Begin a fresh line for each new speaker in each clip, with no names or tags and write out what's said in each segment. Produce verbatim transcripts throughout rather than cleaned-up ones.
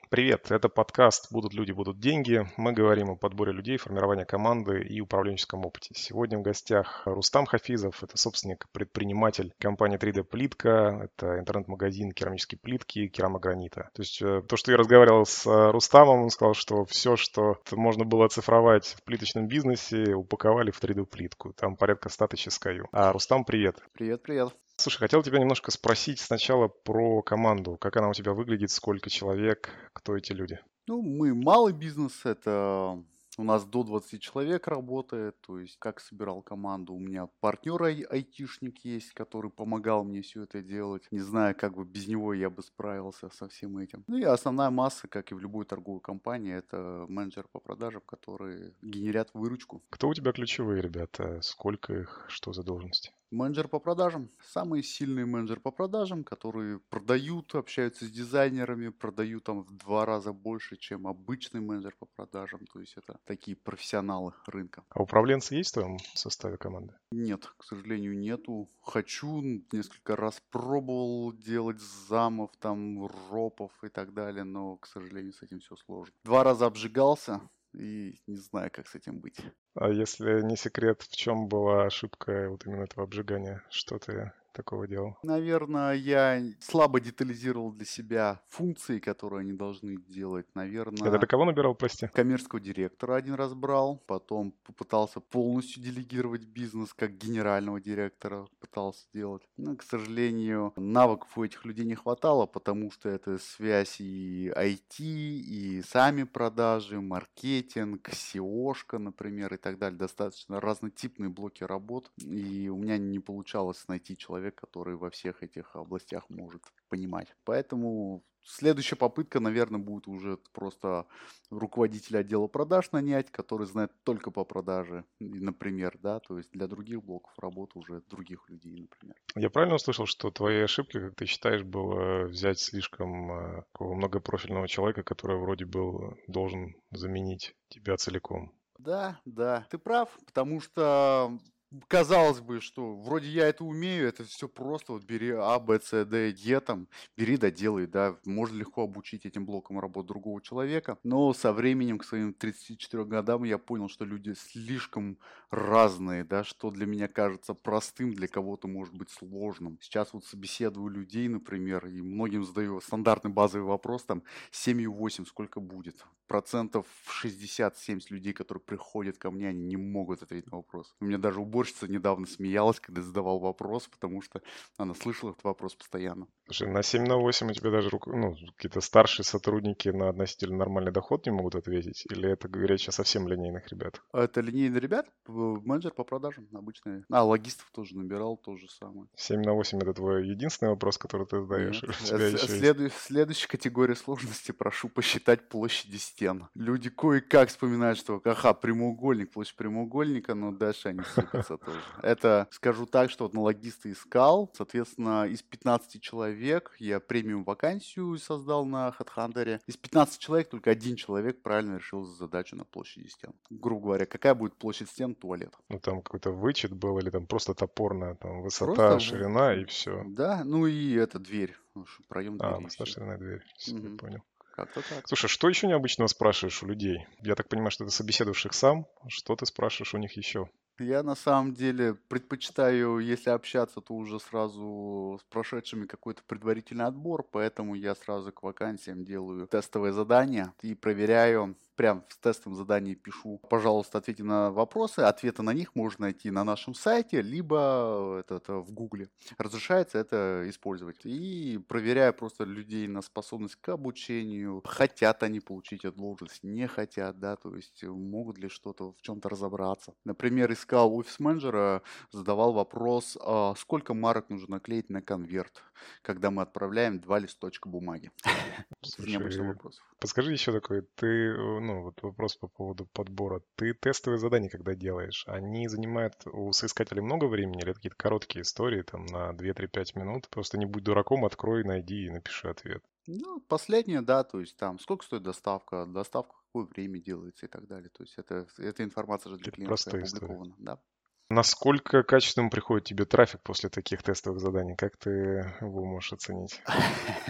Привет, это подкаст «Будут люди, будут деньги». Мы говорим о подборе людей, формировании команды и управленческом опыте. Сегодня в гостях Рустам Хафизов, это собственник, предприниматель компании три дэ Плитка, это интернет-магазин керамические плитки, керамогранита. То есть э, то, что я разговаривал с э, Рустамом, он сказал, что все, что можно было оцифровать в плиточном бизнесе, упаковали в три дэ Плитку. Там порядка ста тысяч эс кей ю. А, Рустам, привет.
Привет, привет.
Слушай, хотел тебя немножко спросить сначала про команду. Как она у тебя выглядит, сколько человек, кто эти люди?
Ну, мы малый бизнес, это у нас до двадцати человек работает, то есть как собирал команду, у меня партнер ай- айтишник есть, который помогал мне все это делать. Не знаю, как бы без него я бы справился со всем этим. Ну и основная масса, как и в любой торговой компании, это менеджер по продажам, которые генерят выручку.
Кто у тебя ключевые ребята? Сколько их? Что за должности?
Менеджер по продажам. Самый сильный менеджер по продажам, которые продают, общаются с дизайнерами, продают там в два раза больше, чем обычный менеджер по продажам. То есть это такие профессионалы рынка.
А управленцы есть в твоем составе команды?
Нет, к сожалению, нету. Хочу, несколько раз пробовал делать замов, там, ропов и так далее, но, к сожалению, с этим все сложно. Два раза обжигался и не знаю, как с этим быть.
А если не секрет, в чем была ошибка вот именно этого обжигания? Что ты такого делал?
Наверное, я слабо детализировал для себя функции, которые они должны делать.
Это
Наверное,
для кого набирал, прости?
коммерческого директора один раз брал, потом попытался полностью делегировать бизнес, как генерального директора пытался делать. Но, к сожалению, навыков у этих людей не хватало, потому что это связь и ай ти, и сами продажи, маркетинг, сеошка, например, и так далее. Достаточно разнотипные блоки работ, и у меня не получалось найти человека, который во всех этих областях может понимать. Поэтому следующая попытка, наверное, будет уже просто руководителя отдела продаж нанять, который знает только по продаже, и, например, да, то есть для других блоков работы уже других людей, например.
Я правильно услышал, что твоей ошибкой, как ты считаешь, было взять слишком э, такого многопрофильного человека, который вроде был должен заменить тебя целиком?
Да, да, ты прав, потому что казалось бы, что вроде я это умею, это все просто, вот бери А, Б, С, Д, Е там, бери да делай, да, можно легко обучить этим блокам работы другого человека, но со временем, к своим тридцати четырем годам, я понял, что люди слишком разные, да, что для меня кажется простым, для кого-то может быть сложным. Сейчас вот собеседую людей, например, и многим задаю стандартный базовый вопрос, там, семь-восемь сколько будет? Процентов шестьдесят-семьдесят людей, которые приходят ко мне, они не могут ответить на вопрос. У меня даже уборщица недавно смеялась, когда задавал вопрос, потому что она слышала этот вопрос постоянно.
Слушай, на семь на восемь у тебя даже рук- ну, какие-то старшие сотрудники на относительно нормальный доход не могут ответить? Или это речь о совсем линейных ребятах?
А это линейный ребят, п- менеджер по продажам обычный. А, логистов тоже набирал, то же самое.
семь на восемь это твой единственный вопрос, который ты задаешь?
Нет.
Или у
Э,
тебя
с-
еще есть?
следуй- Следующая категория сложности, прошу посчитать площади стен. Люди кое-как вспоминают, что, ага, прямоугольник, площадь прямоугольника, но дальше они сыпятся тоже. Это, скажу так, что вот на логиста искал, соответственно, из пятнадцати человек я премиум вакансию создал на HeadHunter. Из пятнадцати человек только один человек правильно решил задачу на площади стен. Грубо говоря, какая будет площадь стен туалета?
Ну, там какой-то вычет был или там просто топорная, там
Просто,
высота,
в-
ширина и все.
да, ну и это дверь, проем
А,
двери и
высота,
все.
ширина, дверь. Все, я понял.
Как-то так.
Слушай, что еще необычного спрашиваешь у людей? Я так понимаю, что ты собеседуешь их сам. Что ты спрашиваешь у них еще?
Я на самом деле предпочитаю, если общаться, то уже сразу с прошедшими какой-то предварительный отбор, поэтому я сразу к вакансиям делаю тестовые задания и проверяю, прям в тестовом задании пишу, пожалуйста, ответьте на вопросы, ответы на них можно найти на нашем сайте, либо этот, э, в Гугле. Разрешается это использовать. И проверяю просто людей на способность к обучению, хотят они получить эту должность, не хотят, да, то есть э, могут ли что-то в чем-то разобраться. Например, искал офис-менеджера, задавал вопрос, а сколько марок нужно наклеить на конверт, когда мы отправляем два листочка бумаги. Из необычных
Слушай,
вопросов.
подскажи еще такой, ты, э, ну, вот вопрос по поводу подбора. Ты тестовые задания, когда делаешь, они занимают у соискателей много времени или это какие-то короткие истории, там, на две-три-пять минут? Просто не будь дураком, открой, найди и напиши ответ.
Ну, последнее, да, то есть там сколько стоит доставка, доставка в какое время делается и так далее. То есть это, эта информация же для
Какие-то
клиентов и
простые истории.
опубликована, да.
Насколько качественным приходит тебе трафик после таких тестовых заданий? Как ты его можешь оценить?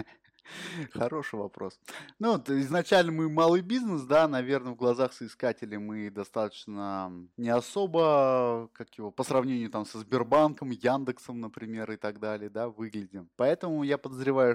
Хороший вопрос. Ну, вот изначально мы малый бизнес, да, наверное, в глазах соискателей мы достаточно не особо, как его, по сравнению там со Сбербанком, Яндексом, например, и так далее, да, выглядим. Поэтому я подозреваю,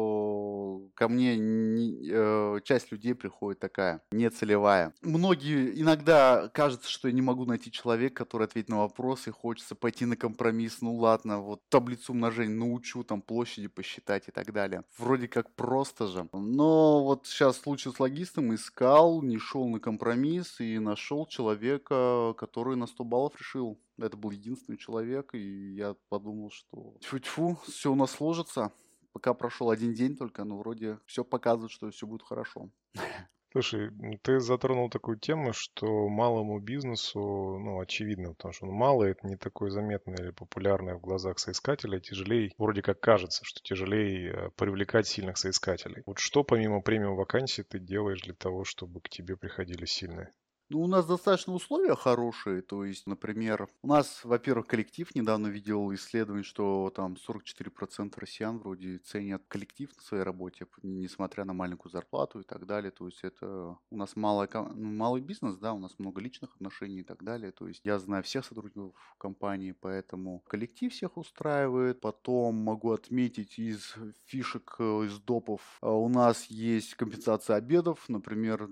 что ко мне не- э, часть людей приходит такая, нецелевая. Многие, иногда кажется, что я не могу найти человека, который ответит на вопрос, и хочется пойти на компромисс. Ну ладно, вот таблицу умножения научу, там площади посчитать и так далее. Вроде как просто же. Но вот сейчас случай с логистом, искал, не шел на компромисс и нашел человека, который на сто баллов решил. Это был единственный человек, и я подумал, что тьфу-тьфу, все у нас сложится. Пока прошел один день только, но вроде все показывает, что все будет хорошо.
Слушай, м, ты затронул такую тему, что малому бизнесу, ну, очевидно, потому что он малый, это не такой заметный или популярный в глазах соискателя, тяжелее, вроде как кажется, что тяжелее э, привлекать сильных соискателей. Вот что помимо премиум вакансий ты делаешь для того, чтобы к тебе приходили сильные?
Ну, у нас достаточно условия хорошие. То есть, например, у нас, во-первых, коллектив. Недавно видел исследование, что там сорок четыре процента россиян вроде ценят коллектив на своей работе, п- несмотря на маленькую зарплату и так далее. То есть это у нас малая, ко- ну, малый бизнес, да, у нас много личных отношений и так далее. То есть я знаю всех сотрудников компании, поэтому коллектив всех устраивает. Потом могу отметить из фишек, э, из допов, а, у нас есть компенсация обедов. Например,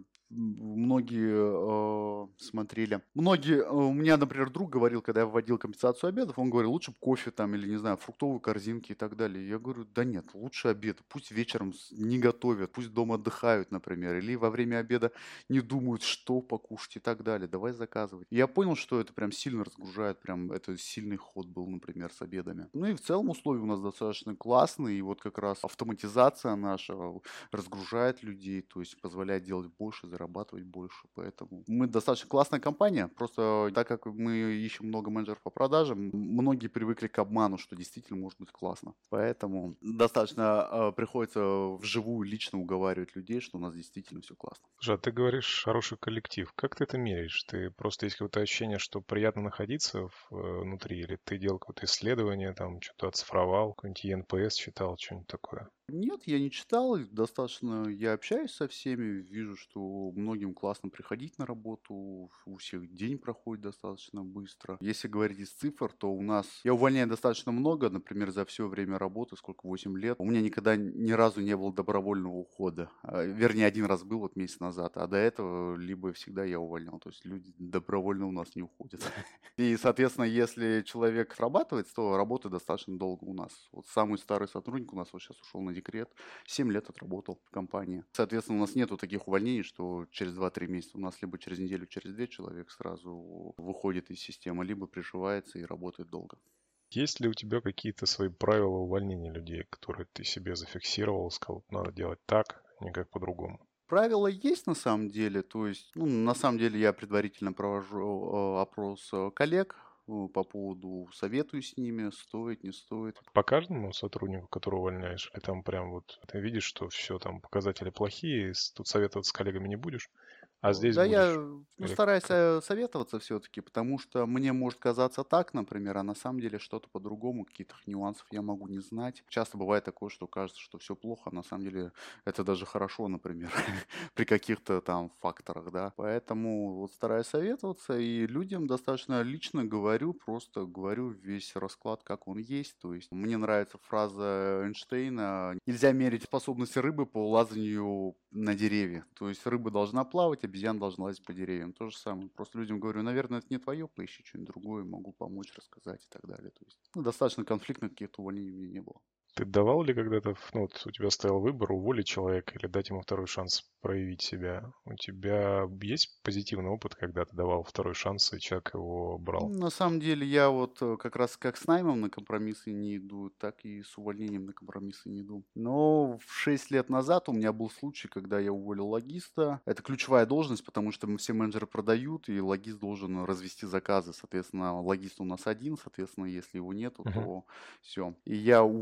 многие, э, смотрели. Многие, э, у меня, например, друг говорил, когда я вводил компенсацию обедов, он говорил, лучше б кофе там или, не знаю, фруктовые корзинки и так далее. Я говорю, да нет, лучше обед. Пусть вечером с- не готовят, пусть дома отдыхают, например, или во время обеда не думают, что покушать и так далее. Давай заказывать. И я понял, что это прям сильно разгружает, прям это сильный ход был, например, с обедами. Ну и в целом условия у нас достаточно классные, и вот как раз автоматизация наша разгружает людей, то есть позволяет делать больше, зарабатывать больше. Поэтому мы достаточно классная компания. Просто так как мы ищем много менеджеров по продажам, м, многие привыкли к обману, что действительно может быть классно. Поэтому достаточно э, приходится вживую лично уговаривать людей, что у нас действительно все классно.
Слушай, а ты говоришь хороший коллектив. Как ты это меряешь? Ты просто есть какое-то ощущение, что приятно находиться в, э, внутри, или ты делал какое-то исследование, там что-то оцифровал, какой-нибудь и эн пи эс читал, что-нибудь такое?
Нет, я не читал, и достаточно я общаюсь со всеми, вижу, что многим классно приходить на работу, у всех день проходит достаточно быстро. Если говорить из цифр, то у нас, я увольняю достаточно много, например, за все время работы, сколько, восемь лет, у меня никогда ни разу не было добровольного ухода. А, Вернее, один раз был вот месяц назад, а до этого либо всегда я увольнял, то есть люди добровольно у нас не уходят. И, соответственно, если человек срабатывает, то работает достаточно долго у нас. Вот самый старый сотрудник у нас вот сейчас ушел на декрет, семь лет отработал в компании. Соответственно, у нас нету таких увольнений, что через два-три месяца. У нас либо через неделю, через две человек сразу выходит из системы, либо приживается и работает долго.
Есть ли у тебя какие-то свои правила увольнения людей, которые ты себе зафиксировал, сказал, надо делать так, никак по-другому?
Правила есть на самом деле, то есть, ну, на самом деле я предварительно провожу э, опрос э, коллег э, по поводу, советую с ними, стоит, не стоит.
По каждому сотруднику, которого увольняешь, или там прям вот ты видишь, что все, там показатели плохие, с- тут советоваться с коллегами не будешь, а
О,
здесь
Да, я,
будешь?
э, ну,
Или
стараюсь
как?
э, советоваться все-таки, потому что мне может казаться так, например, а на самом деле что-то по-другому, каких-то нюансов я могу не знать. Часто бывает такое, что кажется, что все плохо, а на самом деле это даже хорошо, например, при каких-то там факторах, да. Поэтому вот стараюсь советоваться, и людям достаточно лично говорю, просто говорю весь расклад, как он есть. То есть мне нравится фраза Эйнштейна: нельзя мерить способности рыбы по лазанию на деревья. То есть рыба должна плавать, обезьяна должна лазить по деревьям. То же самое. Просто людям говорю, наверное, это не твое, поищи что-нибудь другое, могу помочь, рассказать и так далее. То есть ну, достаточно конфликтных каких-то увольнений у меня не было.
Ты давал ли когда-то, в- ну вот у тебя стоял выбор уволить человека или дать ему второй шанс проявить себя? У тебя есть позитивный опыт, когда ты давал второй шанс, и человек его брал?
На самом деле я вот э, как раз как с наймом на компромиссы не иду, так и с увольнением на компромиссы не иду. Но в шесть лет назад у меня был случай, когда я уволил логиста. Это ключевая должность, потому что мы все менеджеры продают, и логист должен развести заказы. Соответственно, логист у нас один, соответственно, если его нету,
Мгм.
то все. И я уволил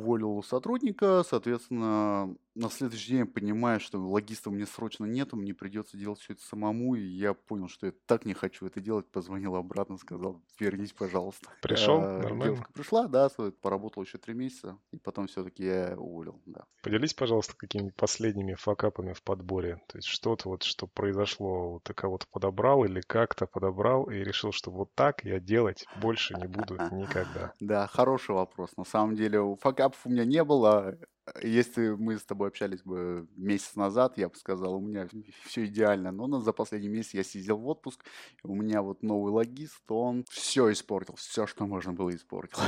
сотрудника, соответственно, на следующий день я понимаю, что логиста мне срочно нету, мне придется делать все это самому, и я понял, что я так не хочу это делать, позвонил обратно, сказал, вернись, пожалуйста.
Пришел?
Э,
Нормально?
Девушка пришла, да, с- поработала еще три месяца, и потом все-таки я уволил, да.
Поделись, пожалуйста, какими-нибудь последними факапами в подборе. То есть что-то вот, что произошло, вот ты кого-то подобрал или как-то подобрал и решил, что вот так я делать больше не буду никогда.
Да, хороший вопрос. На самом деле, у- факапов у меня не было. Если мы с тобой общались бы месяц назад, я бы сказал, у меня все идеально. Но на- за последний месяц я съездил в отпуск, у меня вот новый логист, он все испортил, все, что можно было, испортил.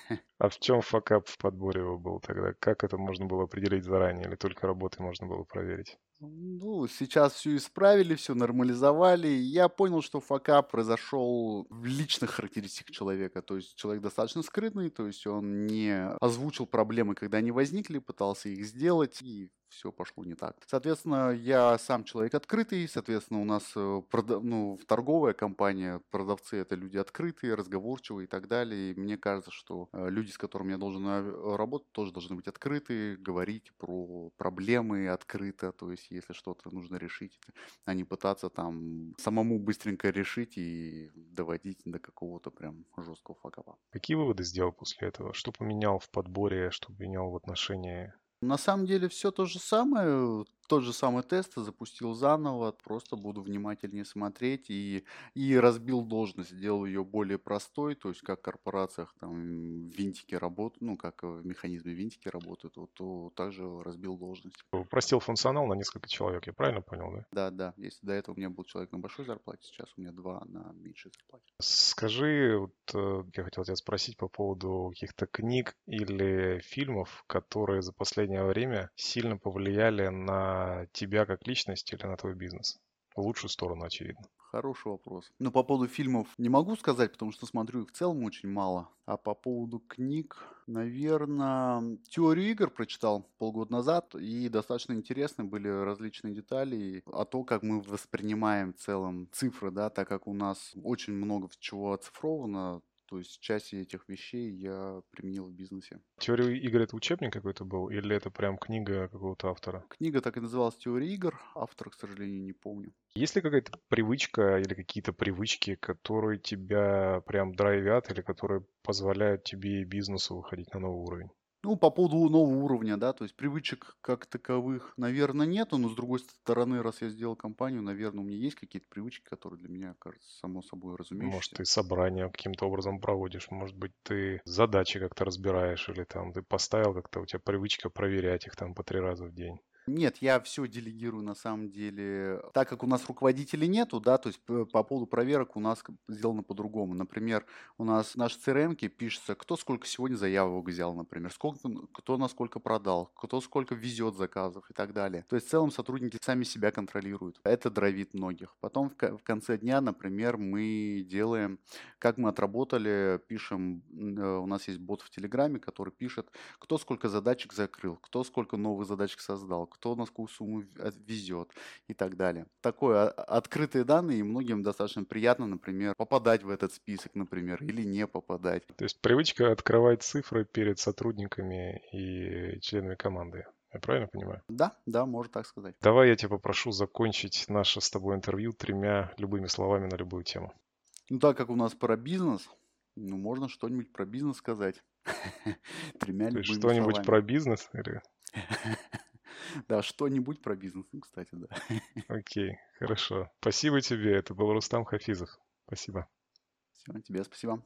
А в чем факап в подборе его был тогда? Как это можно было определить заранее или только работой можно было проверить?
Ну, сейчас все исправили, все нормализовали. И я понял, что факап произошел в личных характеристиках человека. То есть человек достаточно скрытный, то есть он не озвучил проблемы, когда они возникли, пытался их сделать, и все пошло не так. Соответственно, я сам человек открытый, соответственно, у нас э, прода- ну, в торговая компания, продавцы это люди открытые, разговорчивые и так далее. И мне кажется, что э, люди, с которыми я должен э, работать, тоже должны быть открыты, говорить про проблемы открыто, то есть если что-то нужно решить, а не пытаться там самому быстренько решить и доводить до какого-то прям жесткого факапа.
Какие выводы сделал после этого? Что поменял в подборе, что поменял в отношении?
На самом деле все то же самое, тот же самый тест запустил заново, просто буду внимательнее смотреть и, и разбил должность, сделал ее более простой, то есть как в корпорациях там винтики работают, ну как в механизме винтики работают, вот то также разбил должность.
Упростил функционал на несколько человек, я правильно понял, да?
Да, да, если до этого у меня был человек на большой зарплате, сейчас у меня два на меньшей зарплате.
Скажи, вот, э, я хотел тебя спросить по поводу каких-то книг или фильмов, которые за последнее время сильно повлияли на тебя как личность или на твой бизнес. В лучшую сторону, очевидно.
Хороший вопрос. Ну, по поводу фильмов не могу сказать, потому что смотрю их в целом очень мало. А по поводу книг, наверное, теорию игр прочитал полгода назад, и достаточно интересны были различные детали о том, как мы воспринимаем в целом цифры, да, так как у нас очень много чего оцифровано, то есть часть этих вещей я применил в бизнесе.
Теория игр это учебник какой-то был или это прям книга какого-то автора?
Книга так и называлась «Теория игр», автора, к сожалению, не помню.
Есть ли какая-то привычка или какие-то привычки, которые тебя прям драйвят или которые позволяют тебе и бизнесу выходить на новый уровень?
Ну, по поводу нового уровня, да, то есть привычек как таковых, наверное, нету, но с другой стороны, раз я сделал компанию, наверное, у меня есть какие-то привычки, которые для меня кажутся само собой
Может,
разумеющиеся.
ты собрание каким-то образом проводишь, может быть, ты задачи как-то разбираешь, или там ты поставил как-то, у тебя привычка проверять их там по три раза в день.
Нет, я все делегирую на самом деле. Так как у нас руководителей нету, да, то есть п- по поводу проверок у нас к- сделано по-другому. Например, у нас в нашей C R M пишется, кто сколько сегодня заявок взял, например, сколько, н- кто насколько продал, кто сколько везет заказов и так далее. То есть в целом сотрудники сами себя контролируют. Это драйвит многих. Потом в, ко- в конце дня, например, мы делаем, как мы отработали, пишем, м, э, у нас есть бот в Телеграме, который пишет, кто сколько задачек закрыл, кто сколько новых задачек создал, кто на какую сумму в- от- везет и так далее. Такое а- открытые данные, и многим достаточно приятно, например, попадать в этот список, например, или не попадать.
То есть привычка открывать цифры перед сотрудниками и членами команды. Я правильно понимаю?
Да, да, можно так сказать.
Давай я тебя попрошу закончить наше с тобой интервью тремя любыми словами на любую тему.
Ну, так как у нас про бизнес, ну, можно что-нибудь про бизнес сказать. Тремя
То есть
любыми
что-нибудь
словами.
про бизнес? Или...
Да, что-нибудь про бизнес, ну, кстати, да.
Окей, хорошо. Спасибо тебе. Это был Рустам Хафизов. Спасибо.
Все, тебе спасибо.